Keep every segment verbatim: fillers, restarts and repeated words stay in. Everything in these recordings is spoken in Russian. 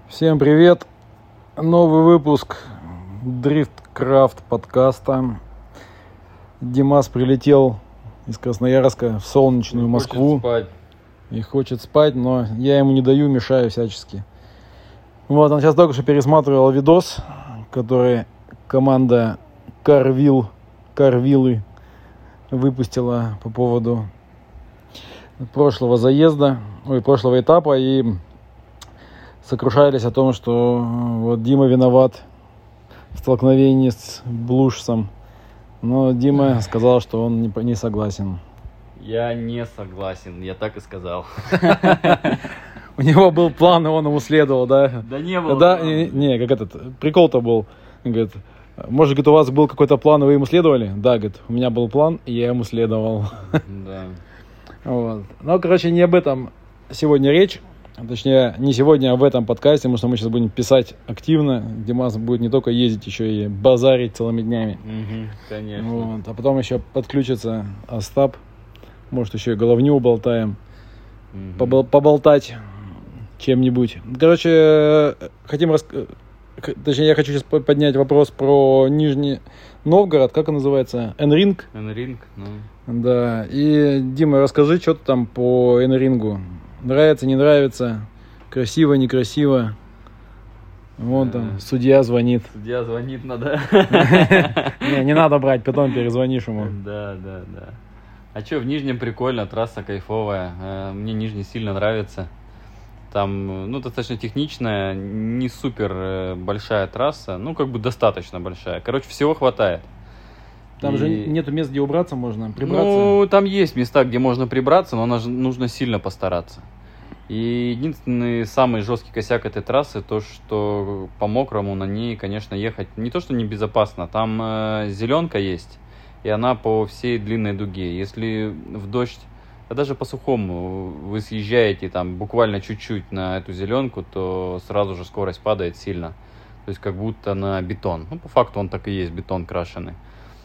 Всем привет! Новый выпуск Дрифткрафт подкаста. Димас прилетел из Красноярска в солнечную Москву. Хочет спать. И хочет спать, но я ему не даю, мешаю всячески. Вот, он сейчас только что пересматривал видос, который команда Карвил, Карвилы выпустила по поводу прошлого заезда, ой, прошлого этапа, и сокрушались о том, что вот Дима виноват в столкновении с Блушсом. Но Дима сказал, что он не, не согласен. Я не согласен, я так и сказал. У него был план, и он ему следовал, да? Да не было. Да, не, не, как этот, прикол-то был. Он говорит, может, говорит, у вас был какой-то план, и вы ему следовали? Да, говорит, у меня был план, и я ему следовал. Да. Вот. Ну, короче, не об этом сегодня речь. Точнее, не сегодня, а в этом подкасте, потому что мы сейчас будем писать активно. Димас будет не только ездить, еще и базарить целыми днями. Угу, конечно. Вот. А потом еще подключится Остап. Может, еще и головню уболтаем. Угу. Побол- поболтать чем-нибудь. Короче, хотим... Рас... Точнее, я хочу сейчас поднять вопрос про Нижний Новгород. Как он называется? N-Ring? N-Ring, ну. Да. И, Дима, расскажи, что ты там по N-Ring. Нравится, не нравится, красиво, некрасиво. Вон там судья звонит. Судья звонит, надо. Не, не надо брать, потом перезвонишь ему. Да, да, да. А что, в Нижнем прикольно, трасса кайфовая. Мне Нижний сильно нравится. Там, ну, достаточно техничная, не супер большая трасса. Ну, как бы достаточно большая. Короче, всего хватает. Там и... же нету мест, где убраться можно, прибраться. Ну, там есть места, где можно прибраться, но нужно сильно постараться. И единственный самый жесткий косяк этой трассы, то, что по мокрому на ней, конечно, ехать не то, что небезопасно, там э, зеленка есть, и она по всей длинной дуге. Если в дождь, а даже по сухому, вы съезжаете там буквально чуть-чуть на эту зеленку, то сразу же скорость падает сильно. То есть как будто на бетон. Ну, по факту он так и есть, бетон крашеный.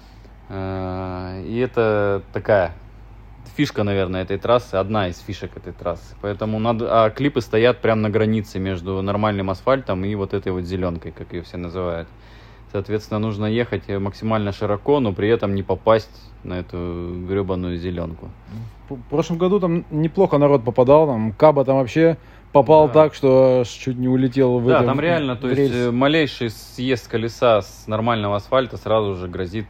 И это такая фишка, наверное, этой трассы, одна из фишек этой трассы. Поэтому надо, а клипы стоят прямо на границе между нормальным асфальтом и вот этой вот зеленкой, как ее все называют. Соответственно, нужно ехать максимально широко, но при этом не попасть на эту гребаную зеленку. В прошлом году там неплохо народ попадал, там Каба там вообще попал да. так, что чуть не улетел в Да, этом, там реально, то рельс. есть малейший съезд колеса с нормального асфальта сразу же грозит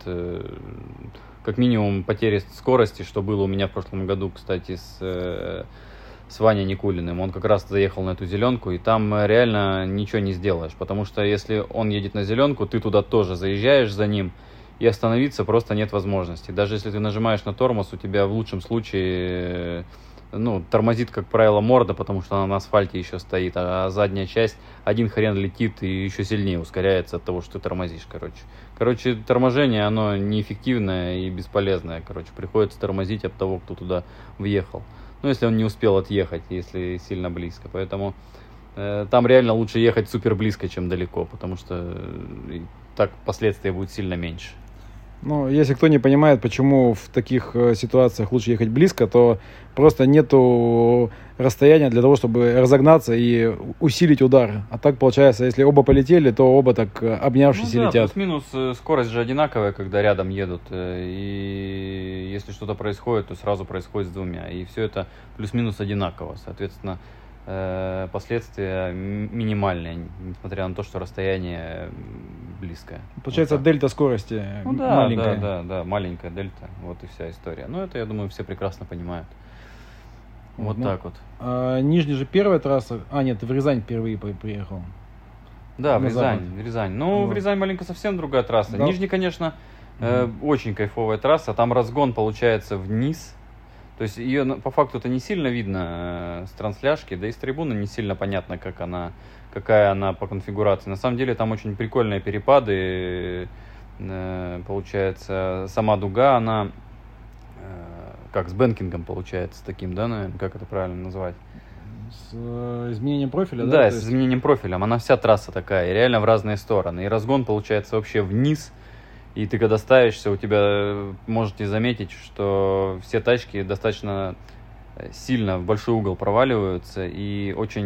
как минимум потери скорости, что было у меня в прошлом году, кстати, с, с Ваней Никулиным. Он как раз заехал на эту зеленку, и там реально ничего не сделаешь, потому что если он едет на зеленку, ты туда тоже заезжаешь за ним, и остановиться просто нет возможности. Даже если ты нажимаешь на тормоз, у тебя в лучшем случае... Ну, тормозит, как правило, морда, потому что она на асфальте еще стоит, а задняя часть один хрен летит и еще сильнее ускоряется от того, что ты тормозишь, короче. Короче, торможение, оно неэффективное и бесполезное, короче. Приходится тормозить от того, кто туда въехал. Ну, если он не успел отъехать, если сильно близко. Поэтому э, там реально лучше ехать супер близко, чем далеко, потому что э, так последствия будут сильно меньше. Ну, если кто не понимает, почему в таких э, ситуациях лучше ехать близко, то просто нету расстояния для того, чтобы разогнаться и усилить удар. А так получается, если оба полетели, то оба так обнявшись ну, и да, летят. Плюс-минус скорость же одинаковая, когда рядом едут. И если что-то происходит, то сразу происходит с двумя. И все это плюс-минус одинаково. Соответственно, последствия минимальные, несмотря на то, что расстояние близкое. Получается, вот дельта скорости ну, да, маленькая. Да, да, да, маленькая дельта. Вот и вся история. Ну, это, я думаю, все прекрасно понимают. Вот ну, так вот. А Нижний же первая трасса. А, нет, ты в Рязань впервые приехал. Да, на в Рязань, запад. в Рязань. Ну, вот. в Рязань маленько совсем другая трасса. Да. Нижний, конечно, э, mm-hmm. очень кайфовая трасса. Там разгон получается вниз. То есть ее по факту это не сильно видно э, с трансляшки, да и с трибуны не сильно понятно, как она, какая она по конфигурации. На самом деле там очень прикольные перепады. Э, получается, сама дуга, она э, как с бэнкингом получается таким, да, наверное, как это правильно назвать? С э, изменением профиля, да? Да, с с есть... изменением профиля. Она вся трасса такая, и реально в разные стороны. И разгон получается вообще вниз. И ты когда ставишься, у тебя можете заметить, что все тачки достаточно сильно в большой угол проваливаются и очень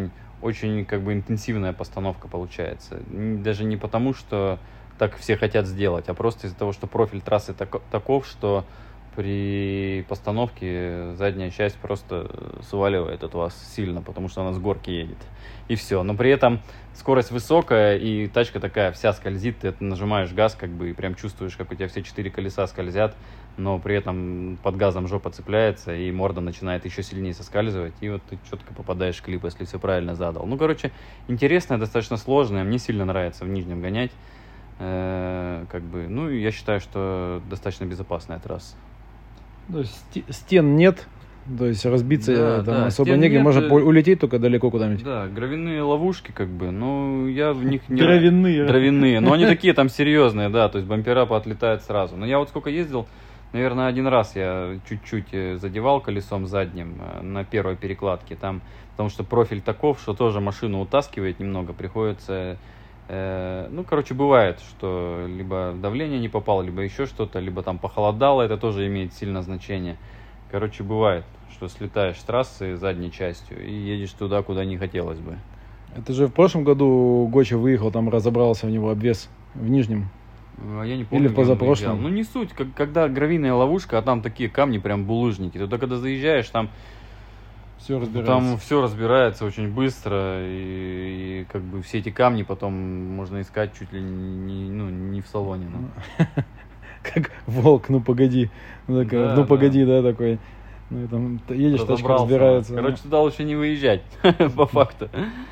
очень как бы интенсивная постановка получается. Даже не потому, что так все хотят сделать, а просто из-за того, что профиль трассы так, таков, что при постановке задняя часть просто сваливает от вас сильно, потому что она с горки едет. И все. Но при этом скорость высокая, и тачка такая вся скользит, ты нажимаешь газ, как бы, и прям чувствуешь, как у тебя все четыре колеса скользят, но при этом под газом жопа цепляется, и морда начинает еще сильнее соскальзывать, и вот ты четко попадаешь в клип, если все правильно задал. Ну, короче, интересная, достаточно сложная, мне сильно нравится в Нижнем гонять. Э-э- как бы, ну, я считаю, что достаточно безопасная трасса. То есть стен нет, то есть разбиться Да, там да, особо стен негде, нет, можно э, улететь только далеко куда-нибудь. Да, гравяные ловушки, как бы, ну, я в них не... Дровяные. Дровяные, но они такие там серьезные, да, то есть бампера поотлетают сразу. Но я вот сколько ездил, наверное, один раз я чуть-чуть задевал колесом задним на первой перекладке, там, потому что профиль таков, что тоже машину утаскивает немного, приходится... Э, ну, короче, бывает, что либо давление не попало, либо еще что-то, либо там похолодало, это тоже имеет сильное значение. Короче, бывает, что слетаешь с трассы задней частью и едешь туда, куда не хотелось бы. Это же в прошлом году Гоча выехал, там разобрался в него обвес в Нижнем. А я не помню. Или в позапрошлом. Ну, не суть, как, когда гравийная ловушка, а там такие камни прям булыжники. Ты когда заезжаешь, там все разбирается. Там все разбирается очень быстро, и, и как бы все эти камни потом можно искать чуть ли не, ну, не в салоне. Ну. Как волк, ну погоди. Ну, такая, Да, ну да. погоди, да, такой. Ну, там, едешь, тачка Разобрался. разбирается. Короче, туда лучше не выезжать, по факту.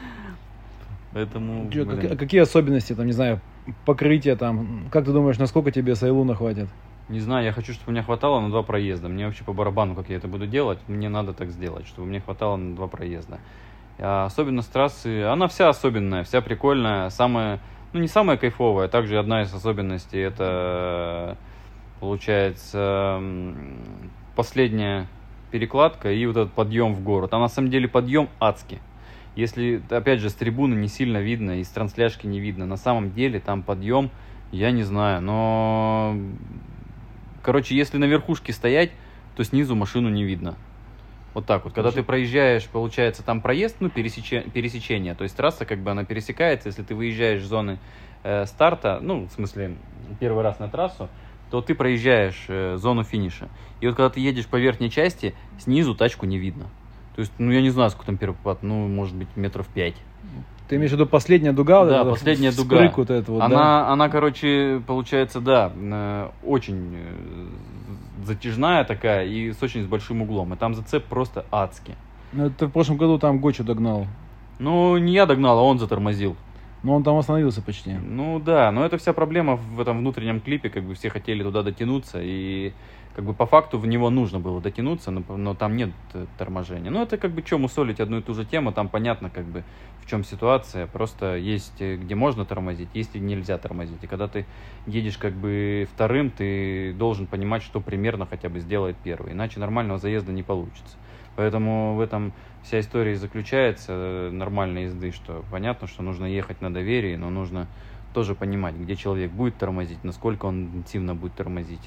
Поэтому, Чё, блин. как- какие особенности, там, не знаю, покрытия там? Как ты думаешь, насколько тебе Сайлуна хватит? Не знаю, я хочу, чтобы у меня хватало на два проезда. Мне вообще по барабану, как я это буду делать. Мне надо так сделать, чтобы мне хватало на два проезда. А особенность трассы, она вся особенная, вся прикольная. Самая, ну не самая кайфовая. Также одна из особенностей, это получается м, последняя перекладка и вот этот подъем в гору. Там на самом деле подъем адский. Если, опять же, с трибуны не сильно видно, и с трансляшки не видно. На самом деле там подъем, я не знаю, но... Короче, если на верхушке стоять, то снизу машину не видно. Вот так вот. Когда ты проезжаешь, получается, там проезд, ну, пересече, пересечение. То есть трасса, как бы, она пересекается. Если ты выезжаешь с зоны э, старта, ну, в смысле, первый раз на трассу, то ты проезжаешь э, зону финиша. И вот когда ты едешь по верхней части, снизу тачку не видно. То есть, ну, я не знаю, сколько там первый попад, ну, может быть, метров пять. Ты имеешь в виду последняя дуга? Да, вот последняя в- дуга. вспрыг вот это вот, она, да? она, короче, получается, да, э, очень э, затяжная такая и с очень с большим углом. И там зацеп просто адский. Ну, это в прошлом году там Гочу догнал. Ну, не я догнал, а он затормозил. Но он там остановился почти. Ну да, но это вся проблема в этом внутреннем клипе, как бы все хотели туда дотянуться, и как бы по факту в него нужно было дотянуться, но, но там нет э, торможения. Ну это как бы что, мусолить одну и ту же тему, там понятно как бы в чем ситуация, просто есть э, где можно тормозить, есть и нельзя тормозить. И когда ты едешь как бы вторым, ты должен понимать, что примерно хотя бы сделает первый, иначе нормального заезда не получится. Поэтому в этом вся история и заключается, э, нормальной езды, что понятно, что нужно ехать на доверии, но нужно тоже понимать, где человек будет тормозить, насколько он интенсивно будет тормозить.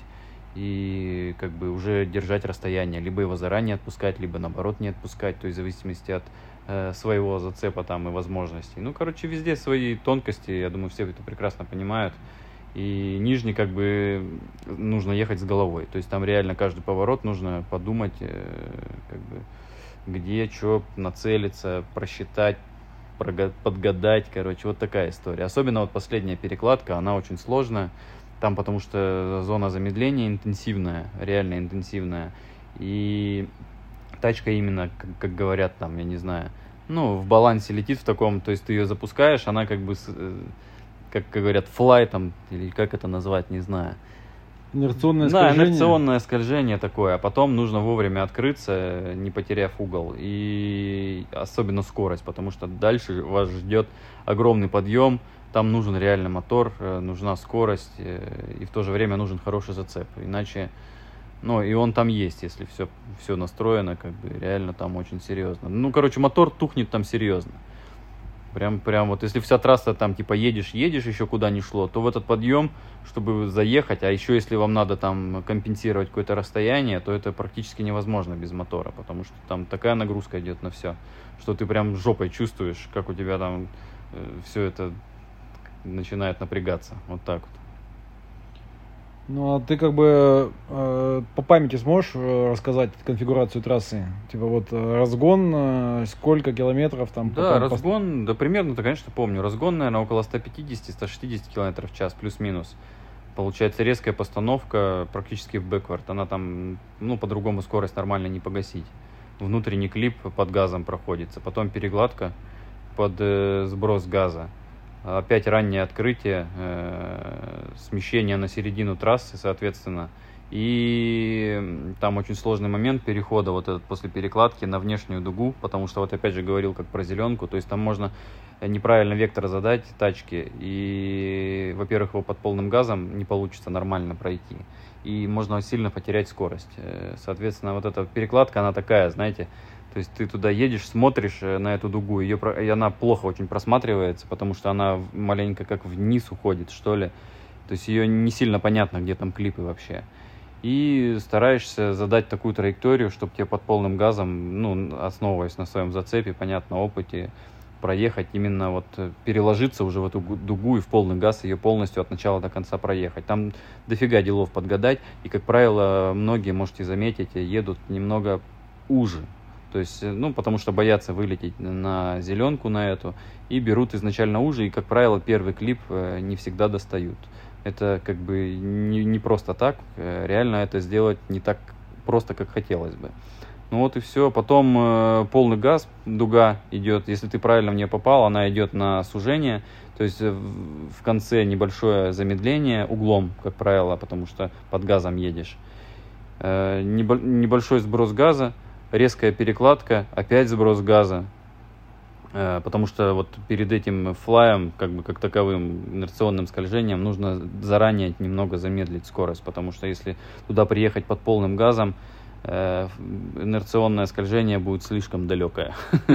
И как бы уже держать расстояние, либо его заранее отпускать, либо наоборот не отпускать, то есть в зависимости от э, своего зацепа там и возможностей. Ну, короче, везде свои тонкости, я думаю, все это прекрасно понимают. И нижний как бы нужно ехать с головой, то есть там реально каждый поворот нужно подумать, э, как бы где, что, нацелиться, просчитать, прога- подгадать, короче, вот такая история. Особенно вот последняя перекладка, она очень сложная. Там потому что зона замедления интенсивная, реально интенсивная. И тачка именно, как, как говорят там, я не знаю, ну, в балансе летит в таком, то есть ты ее запускаешь, она как бы, с, э, как, как говорят, флайтом, или как это назвать, не знаю. Инерционное Да, скольжение. инерционное скольжение такое, а потом нужно вовремя открыться, не потеряв угол. И особенно скорость, потому что дальше вас ждет огромный подъем. Там нужен реально мотор, нужна скорость, и в то же время нужен хороший зацеп. Иначе, ну, и он там есть, если все, все настроено, как бы, реально там очень серьезно. Ну, короче, мотор тухнет там серьезно. Прям, прям вот, если вся трасса там, типа, едешь, едешь, еще куда ни шло, то в этот подъем, чтобы заехать, а еще если вам надо там компенсировать какое-то расстояние, то это практически невозможно без мотора, потому что там такая нагрузка идет на все, что ты прям жопой чувствуешь, как у тебя там э, все это начинает напрягаться, вот так вот. Ну, а ты как бы э, по памяти сможешь э, рассказать конфигурацию трассы? Типа вот э, разгон, э, сколько километров там? Да, потом разгон, да, примерно, да, конечно, помню. Разгон, наверное, около сто пятьдесят - сто шестьдесят километров в час, плюс-минус. Получается резкая постановка практически в бэквард. Она там, ну, по-другому скорость нормально не погасить. Внутренний клип под газом проходится. Потом перегладка под э, сброс газа. Опять раннее открытие, э, смещение на середину трассы, соответственно. И там очень сложный момент перехода вот этот после перекладки на внешнюю дугу, потому что вот опять же говорил как про зеленку, то есть там можно неправильно вектор задать тачке, и, во-первых, его под полным газом не получится нормально пройти, и можно сильно потерять скорость. Соответственно, вот эта перекладка, она такая, знаете, то есть ты туда едешь, смотришь на эту дугу, ее, и она плохо очень просматривается, потому что она маленько как вниз уходит, что ли. То есть ее не сильно понятно, где там клипы вообще. И стараешься задать такую траекторию, чтобы тебе под полным газом, ну, основываясь на своем зацепе, понятно, опыте, проехать, именно вот переложиться уже в эту дугу и в полный газ ее полностью от начала до конца проехать. Там дофига делов подгадать, и, как правило, многие, можете заметить, едут немного уже. То есть, ну, потому что боятся вылететь на зеленку на эту, и берут изначально уже, и, как правило, первый клип не всегда достают. Это как бы не, не просто так, реально это сделать не так просто, как хотелось бы. Ну вот и все. Потом э, полный газ, дуга идет, если ты правильно в нее попал, она идет на сужение, то есть в, в конце небольшое замедление углом, как правило, потому что под газом едешь. Э, небо, небольшой сброс газа, резкая перекладка, опять сброс газа. Потому что вот перед этим флаем, как бы как таковым инерционным скольжением, нужно заранее немного замедлить скорость, потому что если туда приехать под полным газом, инерционное скольжение будет слишком далекое.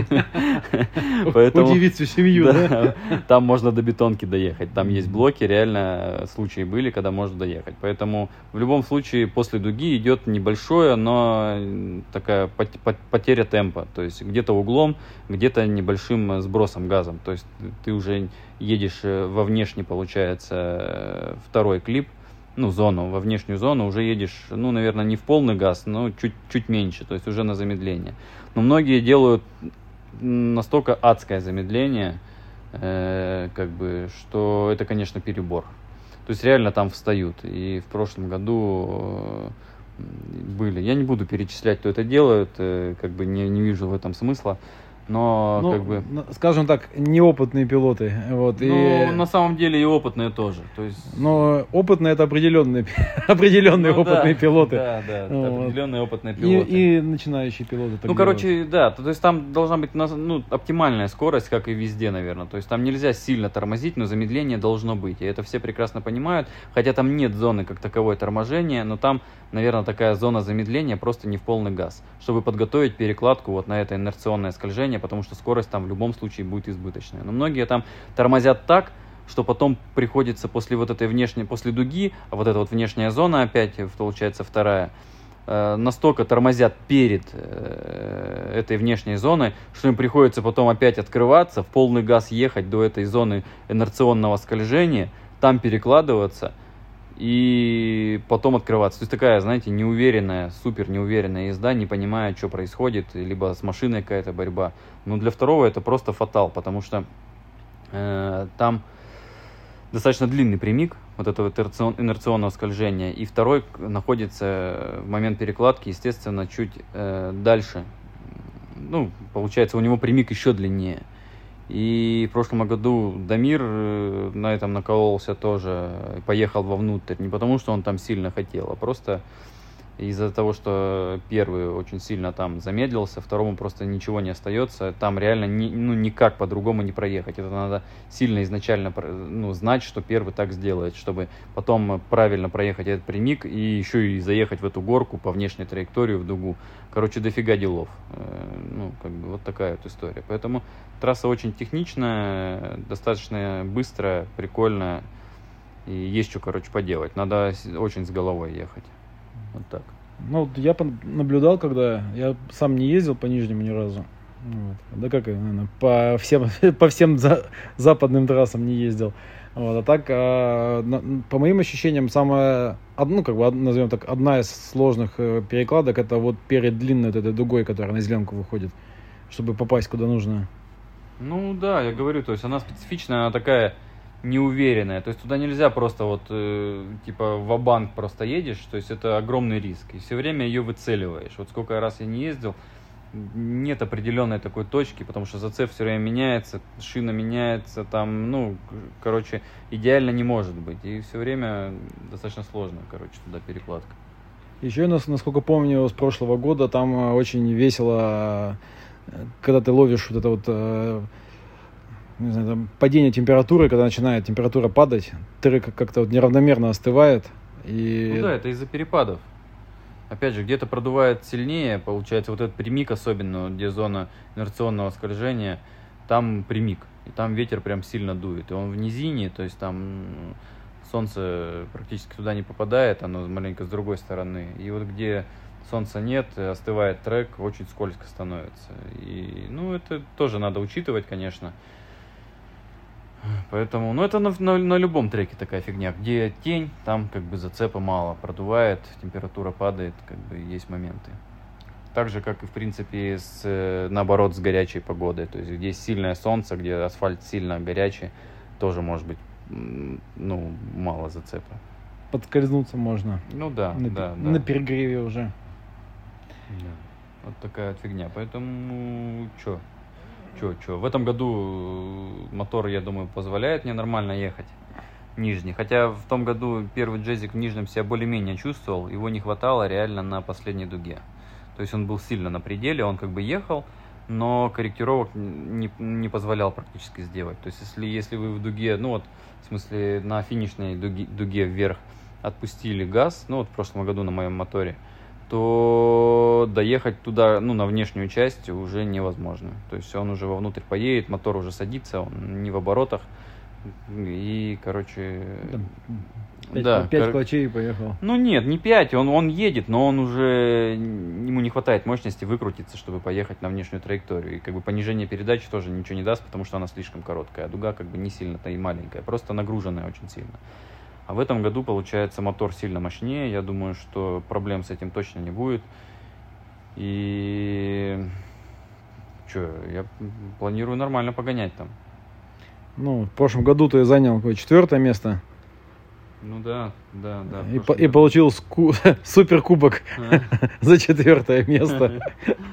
Удивить всю семью, да? Там можно до бетонки доехать. Там есть блоки, реально случаи были, когда можно доехать. Поэтому в любом случае после дуги идет небольшое, но такая потеря темпа. То есть где-то углом, где-то небольшим сбросом газом. То есть ты уже едешь во внешний, получается, второй клип, ну, зону, во внешнюю зону, уже едешь, ну, наверное, не в полный газ, но чуть, чуть меньше, то есть уже на замедление. Но многие делают настолько адское замедление, э, как бы, что это, конечно, перебор. То есть реально там встают. И в прошлом году э, были. Я не буду перечислять, кто это делает, э, как бы не, не вижу в этом смысла. Но, ну, как бы, скажем так, неопытные пилоты. Вот, ну, и... на самом деле и опытные тоже. То есть... Но опытные — это определенные, определенные ну, опытные да, пилоты. Да, да, вот. Определенные опытные пилоты. И, и начинающие пилоты. Ну, короче, делают. Да, то, то есть там должна быть ну, оптимальная скорость, как и везде, наверное. То есть там нельзя сильно тормозить, но замедление должно быть. И это все прекрасно понимают. Хотя там нет зоны как таковой торможения, но там, наверное, такая зона замедления просто не в полный газ, чтобы подготовить перекладку вот на это инерционное скольжение, потому что скорость там в любом случае будет избыточная. Но многие там тормозят так, что потом приходится после вот этой внешней, после дуги, а вот эта вот внешняя зона опять, получается, вторая, э, настолько тормозят перед э, этой внешней зоной, что им приходится потом опять открываться, в полный газ ехать до этой зоны инерционного скольжения, там перекладываться и потом открываться. То есть такая, знаете, неуверенная, супер неуверенная езда, не понимая, что происходит, либо с машиной какая-то борьба. Но для второго это просто фатал, потому что э, там достаточно длинный прямик вот этого инерционного скольжения, и второй находится в момент перекладки, естественно, чуть э, дальше. Ну, получается, у него прямик еще длиннее. И в прошлом году Дамир на этом накололся тоже, поехал вовнутрь. Не потому, что он там сильно хотел, а просто Из-за того, что первый очень сильно там замедлился, второму просто ничего не остается. Там реально ни, ну, никак по-другому не проехать. Это надо сильно изначально ну, знать, что первый так сделает, чтобы потом правильно проехать этот прямик и еще и заехать в эту горку по внешней траектории в дугу. Короче, дофига делов. Ну, как бы вот такая вот история. Поэтому трасса очень техничная, достаточно быстрая, прикольная. И есть что, короче, поделать. Надо очень с головой ехать. Вот так. Ну, я наблюдал, когда я сам не ездил по Нижнему ни разу. Вот. Да как, наверное, по всем, по всем за, западным трассам не ездил. Вот. А так, а, на, по моим ощущениям, самая, ну, как бы, назовем так, одна из сложных перекладок, это вот перед длинной вот этой дугой, которая на зеленку выходит, чтобы попасть куда нужно. Ну да, я говорю, то есть она специфичная, она такая неуверенная, то есть туда нельзя просто вот э, типа ва-банк просто едешь, то есть это огромный риск, и все время ее выцеливаешь. Вот сколько раз я не ездил, нет определенной такой точки, потому что зацеп все время меняется, шина меняется, там, ну, короче, идеально не может быть, и все время достаточно сложно, короче, туда перекладка. Еще, насколько помню, с прошлого года там очень весело, когда ты ловишь вот это вот не знаю, там, падение температуры, когда начинает температура падать, трек как-то вот неравномерно остывает. И... Ну да, это из-за перепадов. Опять же, где-то продувает сильнее, получается, вот этот прямик особенно, где зона инерционного скольжения, там прямик, и там ветер прям сильно дует. И он в низине, то есть там солнце практически туда не попадает, оно маленько с другой стороны. И вот где солнца нет, остывает трек, очень скользко становится. И, ну, это тоже надо учитывать, конечно. Поэтому, ну, это на, на, на любом треке такая фигня. Где тень, там как бы зацепа мало, продувает, температура падает, как бы есть моменты. Так же, как и, в принципе, с, наоборот, с горячей погодой. То есть, где сильное солнце, где асфальт сильно горячий, тоже может быть, ну, мало зацепа. Подскользнуться можно. Ну да, на, да, на да. перегреве уже. Да. Вот такая вот фигня. Поэтому, что? Че, че. В этом году мотор, я думаю, позволяет мне нормально ехать нижний. Хотя в том году первый джезик в нижнем себя более-менее чувствовал. Его не хватало реально на последней дуге. То есть он был сильно на пределе, он как бы ехал, но корректировок не, не позволял практически сделать. То есть если, если вы в дуге, ну вот, в смысле на финишной дуге, дуге вверх отпустили газ, ну вот в прошлом году на моем моторе, то доехать туда, ну, на внешнюю часть уже невозможно. То есть он уже вовнутрь поедет, мотор уже садится, он не в оборотах. И, короче... Пять, да, пять кор... клочей и поехал. Ну нет, не пять, он, он едет, но он уже... Ему не хватает мощности выкрутиться, чтобы поехать на внешнюю траекторию. И как бы понижение передачи тоже ничего не даст, потому что она слишком короткая. А дуга как бы не сильно-то и маленькая, просто нагруженная очень сильно. А в этом году, получается, мотор сильно мощнее. Я думаю, что проблем с этим точно не будет. И что, я планирую нормально погонять там. Ну, в прошлом году ты занял какое четвертое место. Ну да, да, да. И, по, и получил ску- суперкубок а? за четвертое место.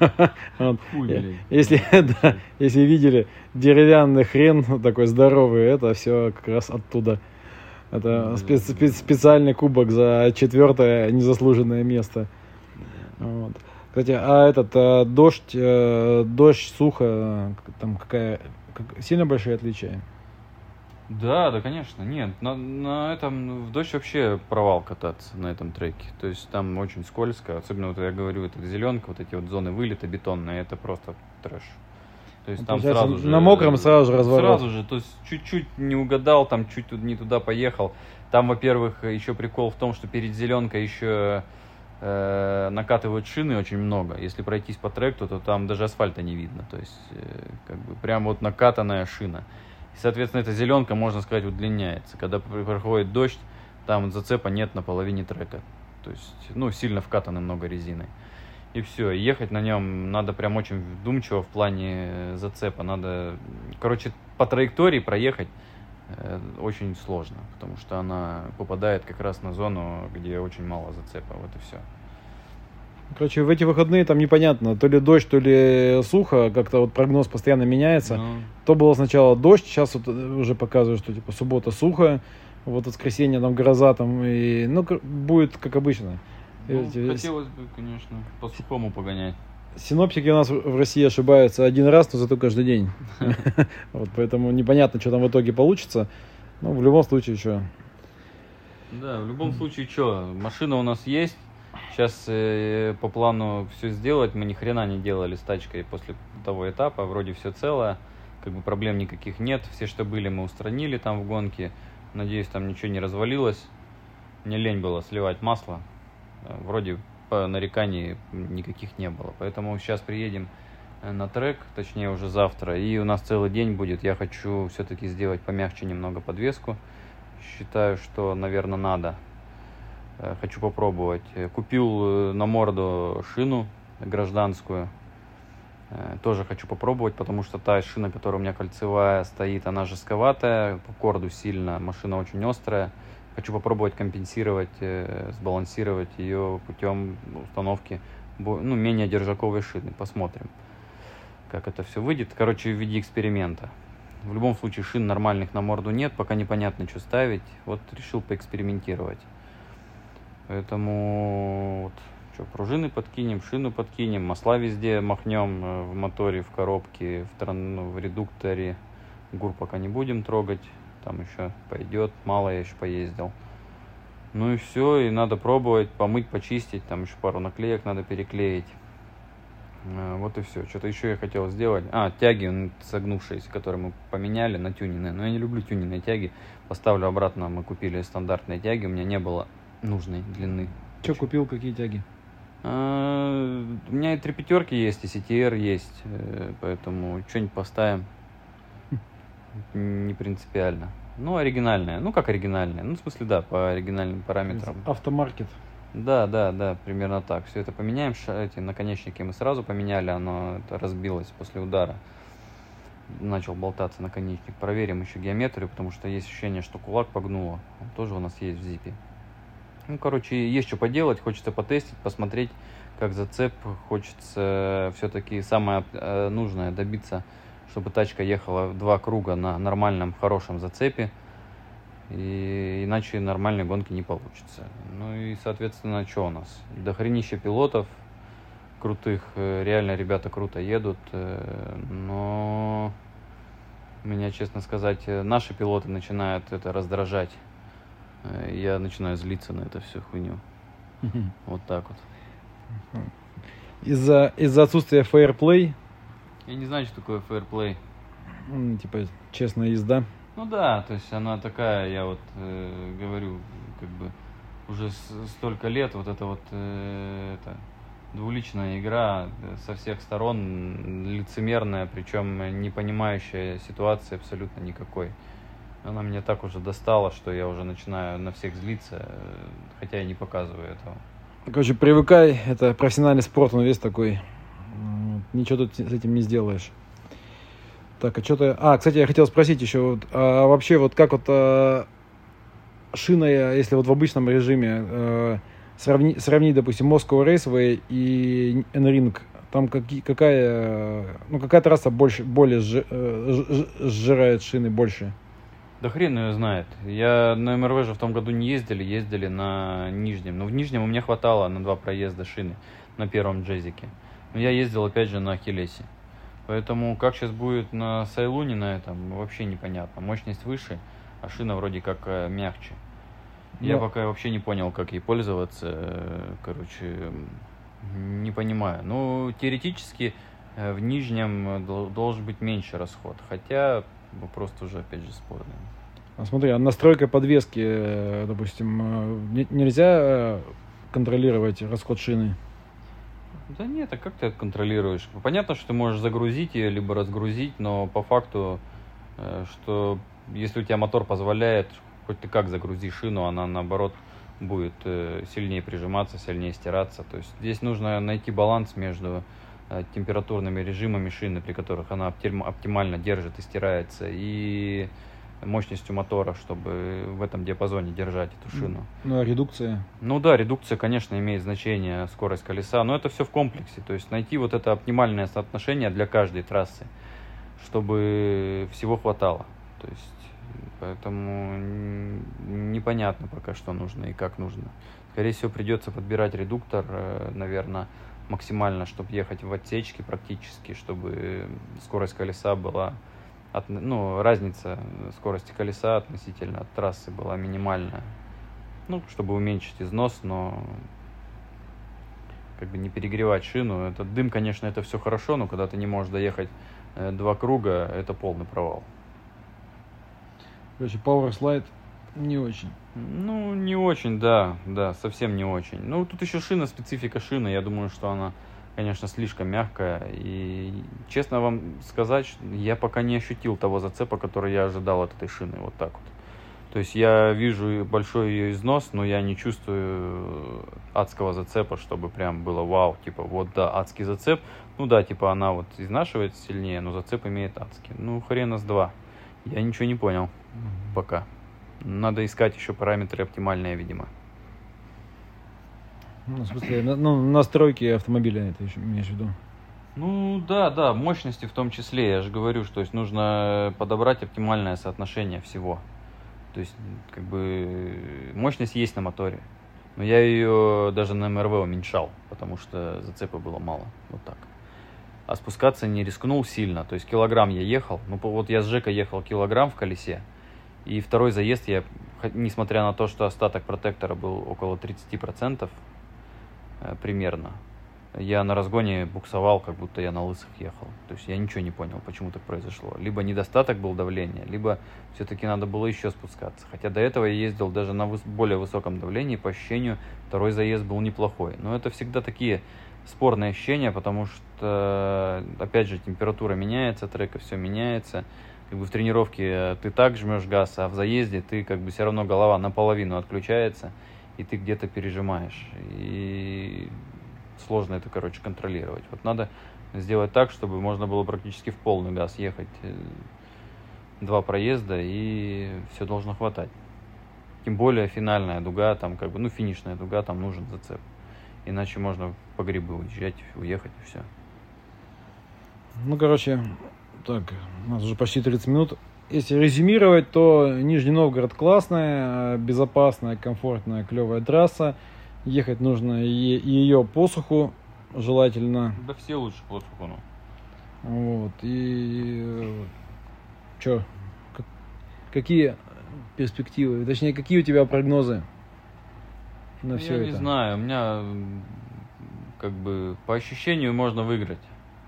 Если, да, если видели деревянный хрен такой здоровый, это все как раз оттуда. Это спец- спец- специальный кубок за четвертое незаслуженное место. Вот. Кстати, а этот а, дождь, а, дождь, сухо, там какая как, сильно большие отличия? Да, да, конечно. Нет, на, на этом в дождь вообще провал кататься на этом треке. То есть там очень скользко. Особенно, вот я говорю, это зеленка, вот эти вот зоны вылета бетонные, это просто трэш. То есть там сразу же... На мокром сразу же разворот. Сразу же, то есть чуть-чуть не угадал, там чуть не туда поехал. Там, во-первых, еще прикол в том, что перед зеленкой еще э, накатывают шины очень много. Если пройтись по треку, то там даже асфальта не видно. То есть, э, как бы прям вот накатанная шина. И, соответственно, эта зеленка, можно сказать, удлиняется. Когда проходит дождь, там зацепа нет на половине трека. То есть, ну, сильно вкатаны много резиной. И все, ехать на нем надо прям очень вдумчиво в плане зацепа. Надо, короче, по траектории проехать э, очень сложно, потому что она попадает как раз на зону, где очень мало зацепа. Вот и все. Короче, в эти выходные там непонятно, то ли дождь, то ли сухо, как-то вот прогноз постоянно меняется. Ну... То было сначала дождь, сейчас вот уже показывают, что типа суббота сухо, вот воскресенье там гроза там, и, ну, будет как обычно. Ну, хотелось бы, конечно, по сухому погонять. Синоптики у нас в России ошибаются один раз, но зато каждый день. Вот, поэтому непонятно, что там в итоге получится. Но в любом случае, что. Да, в любом случае, что, машина у нас есть. Сейчас э, по плану все сделать. Мы ни хрена не делали с тачкой после того этапа. Вроде все целое. Как бы проблем никаких нет. Все, что были, мы устранили там в гонке. Надеюсь, там ничего не развалилось. Мне лень было сливать масло. Вроде по нареканий никаких не было. Поэтому сейчас приедем на трек, точнее уже завтра. И у нас целый день будет. Я хочу все-таки сделать помягче немного подвеску. Считаю, что, наверное, надо. Хочу попробовать. Купил на морду шину гражданскую. Тоже хочу попробовать, потому что та шина, которая у меня кольцевая стоит, она жестковатая, по корду сильно, машина очень острая. Хочу попробовать компенсировать, сбалансировать ее путем установки ну, менее держаковой шины. Посмотрим, как это все выйдет. Короче, в виде эксперимента. В любом случае, шин нормальных на морду нет, пока непонятно, что ставить. Вот решил поэкспериментировать. Поэтому вот, что, пружины подкинем, шину подкинем, масла везде махнем в моторе, в коробке, в, тран, ну, в редукторе. ГУР пока не будем трогать, там еще пойдет, мало я еще поездил. Ну и все, и надо пробовать, помыть, почистить, там еще пару наклеек надо переклеить. Вот и все. Что-то еще я хотел сделать. А, тяги согнувшиеся, которые мы поменяли на тюнинные. Но я не люблю тюнинные тяги. Поставлю обратно, мы купили стандартные тяги, у меня не было нужной длины. Что купил, какие тяги? А, у меня и три пятерки есть, и си ти ар есть, поэтому что-нибудь поставим. Не принципиально. Ну, оригинальная. Ну, как оригинальная? Ну, в смысле, да, по оригинальным параметрам. Автомаркет. Да, да, да, примерно так. Все это поменяем. Эти наконечники мы сразу поменяли, оно это разбилось после удара. Начал болтаться наконечник. Проверим еще геометрию, потому что есть ощущение, что кулак погнуло. Он тоже у нас есть в зипе. Ну, короче, есть что поделать, хочется потестить, посмотреть, как зацеп. Хочется все-таки самое нужное добиться, чтобы тачка ехала два круга на нормальном, хорошем зацепе. И иначе нормальной гонки не получится. Ну и, соответственно, что у нас? Дохренища пилотов крутых. Реально ребята круто едут. Но меня, честно сказать, наши пилоты начинают это раздражать. Я начинаю злиться на эту всю хуйню. Вот так вот. Из-за из-за отсутствия фейерплей? Я не знаю, что такое фейерплей. Типа честная езда. Ну да, то есть она такая, я вот э, говорю, как бы уже с, столько лет вот это вот э, это, двуличная игра со всех сторон, лицемерная, причем не понимающая ситуации абсолютно никакой. Она меня так уже достала, что я уже начинаю на всех злиться, хотя я не показываю этого. Короче, привыкай, это профессиональный спорт, он весь такой. Ничего тут с этим не сделаешь. Так, а что-то... А, кстати, я хотел спросить еще, вот, а вообще, вот как вот а, шина, если вот в обычном режиме а, сравни, сравнить, допустим, Moscow Raceway и N-Ring, там какие, какая, ну, какая трасса больше, более сжи, сжирает шины больше? Да хрен ее знает. Я на эм эр вэ же в том году не ездили, ездили на Нижнем. Но в Нижнем у меня хватало на два проезда шины на первом джезике. Но я ездил опять же на Ахиллесе. Поэтому как сейчас будет на Сайлуне на этом, вообще непонятно. Мощность выше, а шина вроде как э, мягче. Но... Я пока вообще не понял, как ей пользоваться. Короче, не понимаю. Ну, теоретически э, в Нижнем должен быть меньше расход. Хотя вопрос тоже, опять же, спорный. А смотри, а настройка подвески, допустим, нельзя контролировать расход шины? Да нет, а как ты это контролируешь? Понятно, что ты можешь загрузить ее, либо разгрузить, но по факту, что если у тебя мотор позволяет, хоть ты как загрузи шину, она наоборот будет сильнее прижиматься, сильнее стираться. То есть здесь нужно найти баланс между температурными режимами шины, при которых она оптимально держит и стирается, и мощностью мотора, чтобы в этом диапазоне держать эту шину. Ну а редукция? Ну да, редукция, конечно, имеет значение, скорость колеса, но это все в комплексе. То есть найти вот это оптимальное соотношение для каждой трассы, чтобы всего хватало. То есть Поэтому непонятно пока, что нужно и как нужно. Скорее всего, придется подбирать редуктор, наверное, максимально, чтобы ехать в отсечке практически, чтобы скорость колеса была, от, ну, разница скорости колеса относительно от трассы была минимальная. Ну, чтобы уменьшить износ, но как бы не перегревать шину. Этот дым, конечно, это все хорошо, но когда ты не можешь доехать э, два круга, это полный провал. Короче, Power Slide не очень. Ну, не очень, да, да, совсем не очень. Ну, тут еще шина, специфика шины, я думаю, что она, конечно, слишком мягкая. И, честно вам сказать, я пока не ощутил того зацепа, который я ожидал от этой шины, вот так вот. То есть я вижу большой ее износ, но я не чувствую адского зацепа, чтобы прям было вау, типа, вот да, адский зацеп. Ну да, типа она вот изнашивается сильнее, но зацеп имеет адский. Ну, хрена с два. Я ничего не понял mm-hmm. пока. Надо искать еще параметры оптимальные, видимо. Ну, в смысле, ну, настройки автомобиля, это еще имеешь в виду? Ну, да, да, мощности в том числе, я же говорю, что есть нужно подобрать оптимальное соотношение всего. То есть, как бы, мощность есть на моторе, но я ее даже на эм эр вэ уменьшал, потому что зацепа было мало, вот так. А спускаться не рискнул сильно, то есть килограмм я ехал, ну вот я с Жекой ехал килограмм в колесе, и второй заезд я, несмотря на то, что остаток протектора был около тридцать процентов э, примерно, я на разгоне буксовал, как будто я на лысых ехал. То есть я ничего не понял, почему так произошло. Либо недостаток был давления, либо все-таки надо было еще спускаться. Хотя до этого я ездил даже на выс- более высоком давлении, по ощущению, второй заезд был неплохой. Но это всегда такие спорные ощущения, потому что, опять же, температура меняется, трека все меняется. Как бы в тренировке ты так жмешь газ, а в заезде ты как бы все равно голова наполовину отключается, и ты где-то пережимаешь. И сложно это, короче, контролировать. Вот надо сделать так, чтобы можно было практически в полный газ ехать два проезда, и все должно хватать. Тем более финальная дуга, там как бы, ну, финишная дуга, там нужен зацеп. Иначе можно по грибы уезжать, уехать, и все. Ну, короче, так, у нас уже почти тридцать минут. Если резюмировать, то Нижний Новгород классная, безопасная, комфортная, клевая трасса. Ехать нужно ее по суху, желательно. Да все лучше по суху, ну. Вот, и... Чё? Как, какие перспективы? Точнее, какие у тебя прогнозы на Я все это? Я не знаю, у меня, как бы, по ощущению можно выиграть.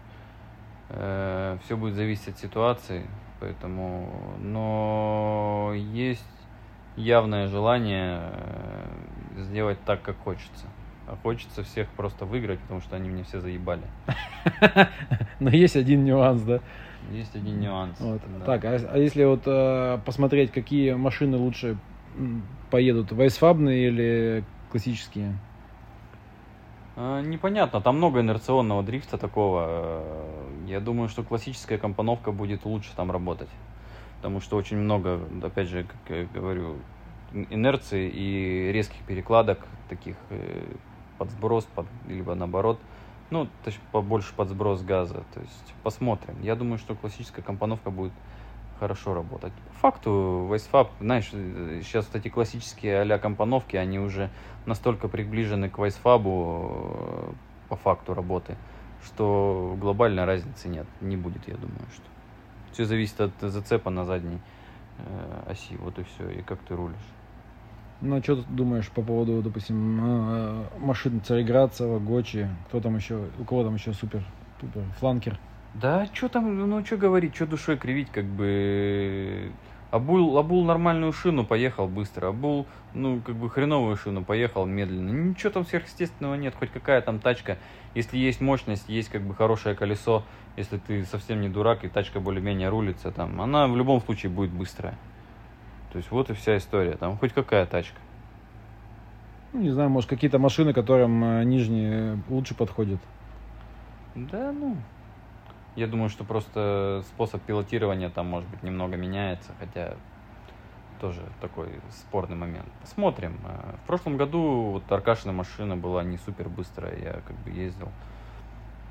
Все будет зависеть от ситуации, поэтому... Но есть явное желание сделать так, как хочется. А хочется всех просто выиграть, потому что они мне все заебали. Но есть один нюанс, да? Есть один нюанс. Вот. Да. Так, а, а если вот э, посмотреть, какие машины лучше поедут, вайсфабные или классические? А, непонятно, там много инерционного дрифта такого. Я думаю, что классическая компоновка будет лучше там работать. Потому что очень много, опять же, как я говорю, инерции и резких перекладок, таких под сброс, под, либо наоборот, ну, то есть побольше под сброс газа. То есть посмотрим. Я думаю, что классическая компоновка будет хорошо работать. По факту, вайсфаб, знаешь, сейчас вот эти классические а-ля компоновки, они уже настолько приближены к вайсфабу по факту работы, что глобальной разницы нет, не будет, я думаю, что. Все зависит от зацепа на задней э, оси, вот и все, и как ты рулишь. Ну, а что ты думаешь по поводу, допустим, машин Цареградцева, Гочи, кто там еще, у кого там еще супер, супер фланкер? Да, что там, ну, что говорить, что душой кривить, как бы... Обул, обул нормальную шину, поехал быстро. Обул, ну, как бы хреновую шину, поехал медленно. Ничего там сверхъестественного нет, хоть какая там тачка. Если есть мощность, есть как бы хорошее колесо, если ты совсем не дурак и тачка более-менее рулится, там, она в любом случае будет быстрая. То есть вот и вся история, там хоть какая тачка. Ну, не знаю, может какие-то машины, которым нижние лучше подходят. Да, ну... Я думаю, что просто способ пилотирования там, может быть, немного меняется, хотя тоже такой спорный момент. Посмотрим. В прошлом году вот Аркашина машина была не супер быстрая, я как бы ездил.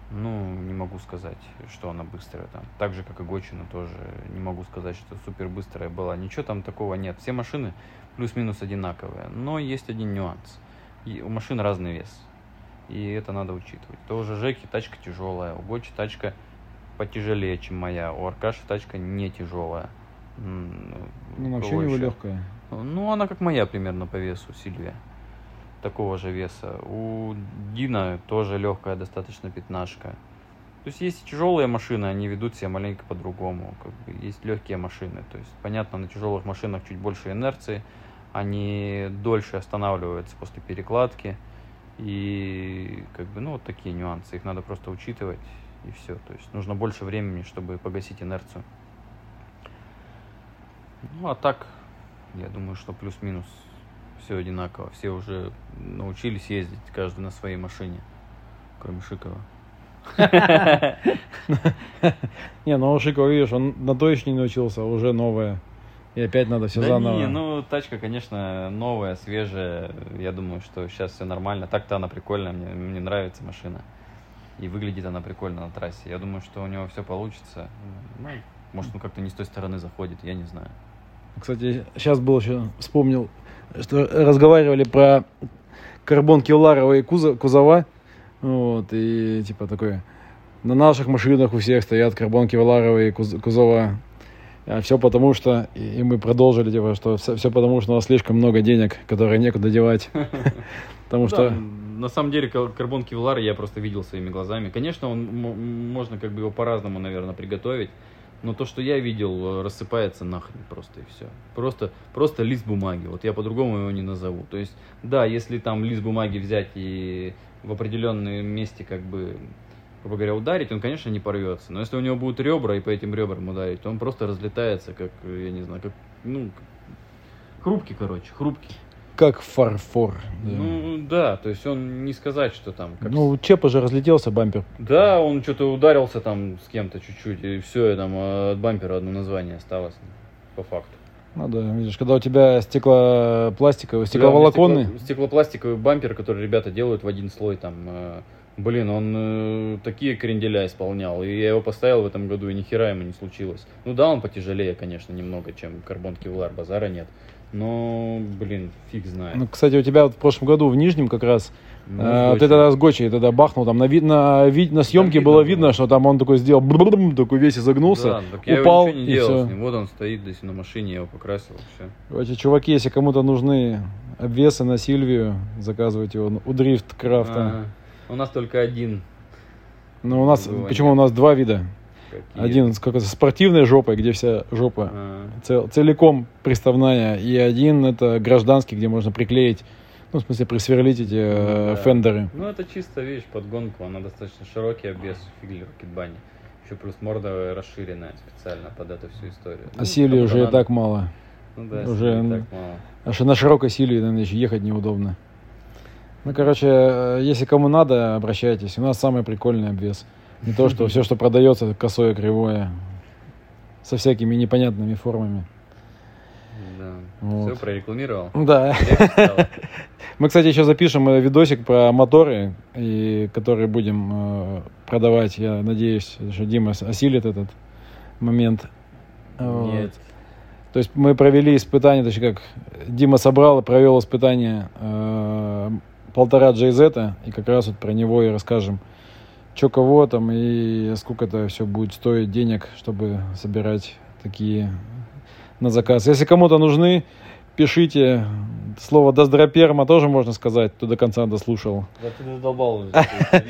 Ну, не могу сказать, что она быстрая там. Так же, как и Гочина, тоже не могу сказать, что супер быстрая была. Ничего там такого нет. Все машины плюс-минус одинаковые. Но есть один нюанс. И у машин разный вес. И это надо учитывать. То уже Жеки тачка тяжелая, у Гочи тачка потяжелее, чем моя. У Аркаши тачка не тяжелая. Ну, вообще у него легкая. Ну, она как моя примерно по весу, Сильвия. Такого же веса. У Дина тоже легкая достаточно пятнашка. То есть есть тяжелые машины, они ведут себя маленько по-другому. Как бы есть легкие машины. То есть, понятно, на тяжелых машинах чуть больше инерции. Они дольше останавливаются после перекладки. И как бы, ну, вот такие нюансы. Их надо просто учитывать. И все. То есть нужно больше времени, чтобы погасить инерцию. Ну, а так, я думаю, что плюс-минус все одинаково. Все уже научились ездить, каждый на своей машине, кроме Шикова. Не, ну у Шикова, видишь, он на то еще не научился, а уже новая. И опять надо все заново. Да не, ну тачка, конечно, новая, свежая. Я думаю, что сейчас все нормально. Так-то она прикольная, мне, мне нравится машина. И выглядит она прикольно на трассе. Я думаю, что у него все получится. Ну, может, он как-то не с той стороны заходит, я не знаю. Кстати, сейчас был еще, вспомнил, что разговаривали про карбон-кевларовые кузова, вот, и типа такое, на наших машинах у всех стоят карбон-кевларовые кузова, а все потому что, и мы продолжили, типа, что все, все потому что у нас слишком много денег, которые некуда девать, потому что... На самом деле, карбон-кевлар я просто видел своими глазами. Конечно, он, можно как бы его по-разному, наверное, приготовить. Но то, что я видел, рассыпается нахрен просто и все. Просто, просто лист бумаги. Вот я по-другому его не назову. То есть, да, если там лист бумаги взять и в определенном месте, как бы, грубо говоря, ударить, он, конечно, не порвется. Но если у него будут ребра, и по этим ребрам ударить, то он просто разлетается, как, я не знаю, как, ну, хрупкий, короче, хрупкий. Как фарфор. Да. Ну, да, то есть он не сказать, что там... Как... Ну, у Чепа же разлетелся бампер. Да, он что-то ударился там с кем-то чуть-чуть, и все, и там от бампера одно название осталось, по факту. Ну да, видишь, когда у тебя стеклопластиковый, стекловолоконный... Стекло, стеклопластиковый бампер, который ребята делают в один слой, там, э, блин, он э, такие кренделя исполнял, и я его поставил в этом году, и ни хера ему не случилось. Ну да, он потяжелее, конечно, немного, чем карбон-кевлар, базара нет. Но, блин, фиг знает. Ну, кстати, у тебя вот в прошлом году в Нижнем как раз, ну, э, ты тогда с Гочей тогда бахнул, там на, вид, на, вид, на съемке было видно, было. Что там он такой сделал, такой весь изогнулся, да, так я упал, его ничего не и делал все. С ним. Вот он стоит здесь на машине, я его покрасил, все. Короче, чуваки, если кому-то нужны обвесы на Сильвию, заказывайте его у Дрифт Крафта. А-а-а. У нас только один. Ну, у нас, почему нет. У нас два вида? Какие? Один с какой-то спортивной жопой, где вся жопа цел, целиком приставная, и один это гражданский, где можно приклеить, ну, в смысле, присверлить эти ну, да. фендеры. Ну, это чисто, видишь, подгонку, она достаточно широкий обвес в фигле рокетбане. Еще плюс морда расширенная специально под эту всю историю. А ну, силы уже надо... и так мало. Ну да, уже и так мало. Аж на широкой силе, наверное, еще ехать неудобно. Ну, короче, если кому надо, обращайтесь. У нас самый прикольный обвес. Не то, что все, что продается, косое, кривое, со всякими непонятными формами. Да. Вот. Все прорекламировал? Да. Мы, кстати, еще запишем видосик про моторы, и который будем э, продавать. Я надеюсь, что Дима осилит этот момент. Нет. Вот. То есть мы провели испытание, точнее как Дима собрал и провел испытание э, полтора джей зет, и как раз вот про него и расскажем. Че кого там и сколько это все будет стоить денег, чтобы собирать такие на заказ. Если кому-то нужны, пишите. Слово «доздроперма» тоже можно сказать, кто до конца дослушал. Да ты задолбал уже.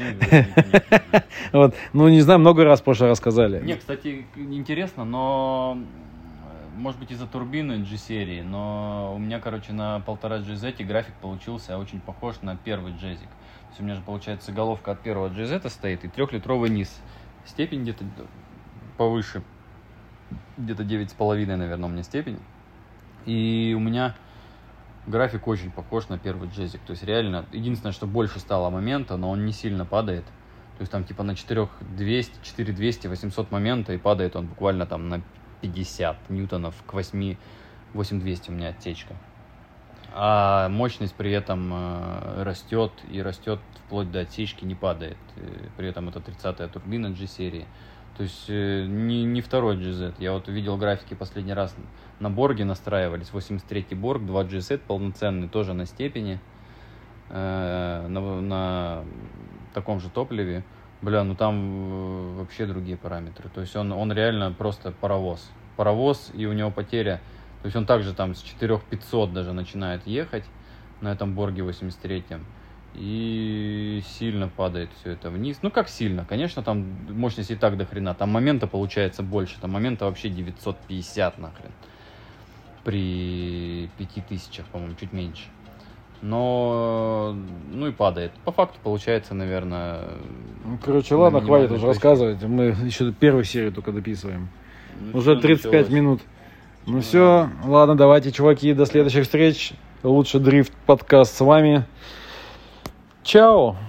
Вот. Ну, не знаю, много раз в прошлый раз сказали. Не, кстати, интересно, но может быть из-за турбины G-серии, но у меня, короче, на полтора джей зет график получился очень похож на первый джезик. То есть у меня же, получается, головка от первого джей зет стоит и трехлитровый низ. Степень где-то повыше, где-то девять с половиной, наверное, у меня степень. И у меня график очень похож на первый джезик. То есть реально, единственное, что больше стало момента, но он не сильно падает. То есть там типа на четыре двести, четыре двести, восемьсот момента, и падает он буквально там на пятьдесят ньютонов к восемь, восемь двести у меня отсечка. А мощность при этом э, растет и растет вплоть до отсечки, не падает. И при этом это тридцатая турбина G-серии. То есть э, не, не второй джи зет. Я вот видел графики последний раз на Борге настраивались. восемьдесят третий Борг, два джи зет полноценный, тоже на степени. Э, на, на таком же топливе. Бля, ну там вообще другие параметры. То есть он, он реально просто паровоз. Паровоз, и у него потеря. То есть он также там с четыре тысячи пятьсот даже начинает ехать на этом Борге восемьдесят третьем. И сильно падает все это вниз. Ну как сильно? Конечно, там мощность и так до хрена. Там момента получается больше. Там момента вообще девятьсот пятьдесят нахрен. При пяти тысячах, по-моему, чуть меньше. Но, ну и падает. По факту получается, наверное... Ну, короче, ладно, хватит уже рассказывать. Мы еще первую серию только дописываем. Ну, уже тридцать пять минут. Ну да. Все, ладно, давайте, чуваки, до следующих встреч. Лучше дрифт подкаст с вами. Чао!